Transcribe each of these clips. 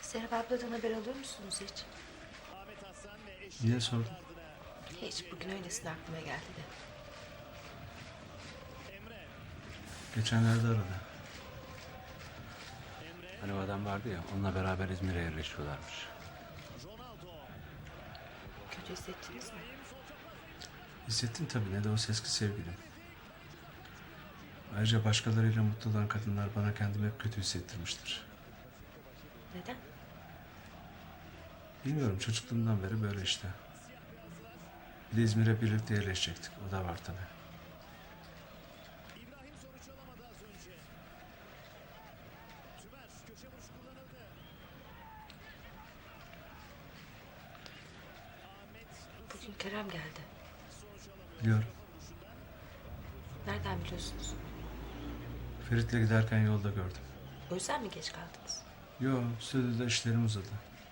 Serap abladan haber alıyor musunuz hiç? Niye sordun? Hiç, bugün öylesine aklıma geldi de. Geçenlerde aradı. Hani o adam vardı ya, onunla beraber İzmir'e yerleşiyorlarmış. Kötü hissettiniz mi? Hissettim tabii, ne de o eski sevgilim. Ayrıca başkalarıyla mutlu olan kadınlar bana kendimi hep kötü hissettirmiştir. Neden? Bilmiyorum, çocukluğumdan beri böyle işte. Bir de İzmir'e birlikte yerleşecektik, o da var tabii. Bugün Kerem geldi. Biliyorum, Nereden biliyorsunuz? Ferit'le giderken yolda gördüm. O yüzden mi geç kaldınız? Yo, stüdyoda işlerim uzadı.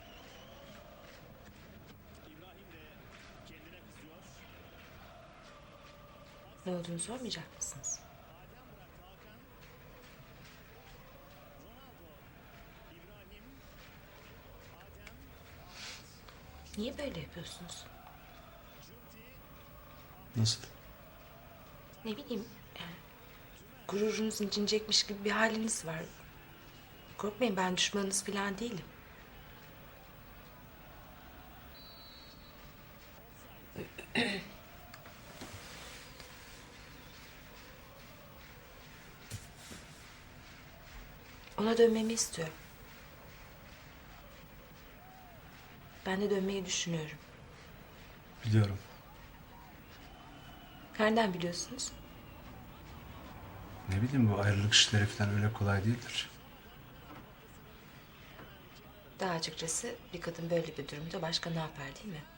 Ne olduğunu sormayacak mısınız? Niye böyle yapıyorsunuz? Nasıl? Ne bileyim, yani gururunuz incinecekmiş gibi bir haliniz var. Korkmayın, ben düşmanınız falan değilim. Ona dönmemi istiyor. Ben de dönmeyi düşünüyorum. Biliyorum. Nereden biliyorsunuz? Ne bileyim, bu ayrılık işleri falan öyle kolay değildir. Daha açıkçası bir kadın böyle bir durumda başka ne yapar, değil mi?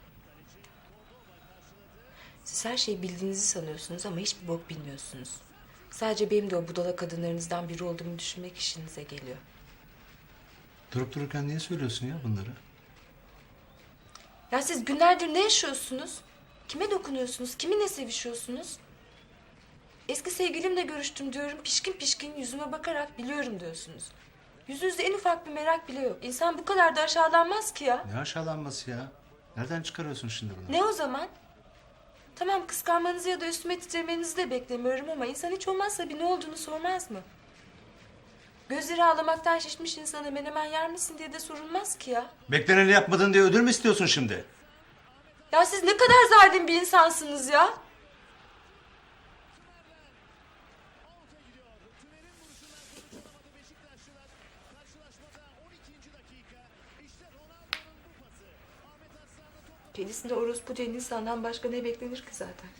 Siz her şeyi bildiğinizi sanıyorsunuz ama hiçbir bok bilmiyorsunuz. Sadece benim de o budala kadınlarınızdan biri olduğumu düşünmek işinize geliyor. Durup dururken niye söylüyorsun ya bunları? Ya siz günlerdir ne yaşıyorsunuz? Kime dokunuyorsunuz? Kiminle sevişiyorsunuz? Eski sevgilimle görüştüm diyorum. Pişkin pişkin yüzüme bakarak biliyorum diyorsunuz. Yüzünüzde en ufak bir merak bile yok. İnsan bu kadar da aşağılanmaz ki ya. Ne aşağılanması ya? Nereden çıkarıyorsun şimdi bunu? Ne o zaman? Tamam, kıskanmanızı ya da üstüme titremenizi de beklemiyorum ama insan hiç olmazsa bir ne olduğunu sormaz mı? Gözleri ağlamaktan şişmiş insana menemen yer misin diye de sorulmaz ki ya. Bekleneni yapmadın diye ödül mü istiyorsun şimdi? Ya siz ne kadar zalim bir insansınız ya. Kendisinde orospu diyen insandan başka ne beklenir ki zaten?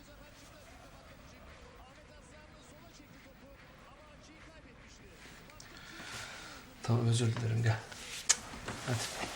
Tamam, özür dilerim, gel. Hadi.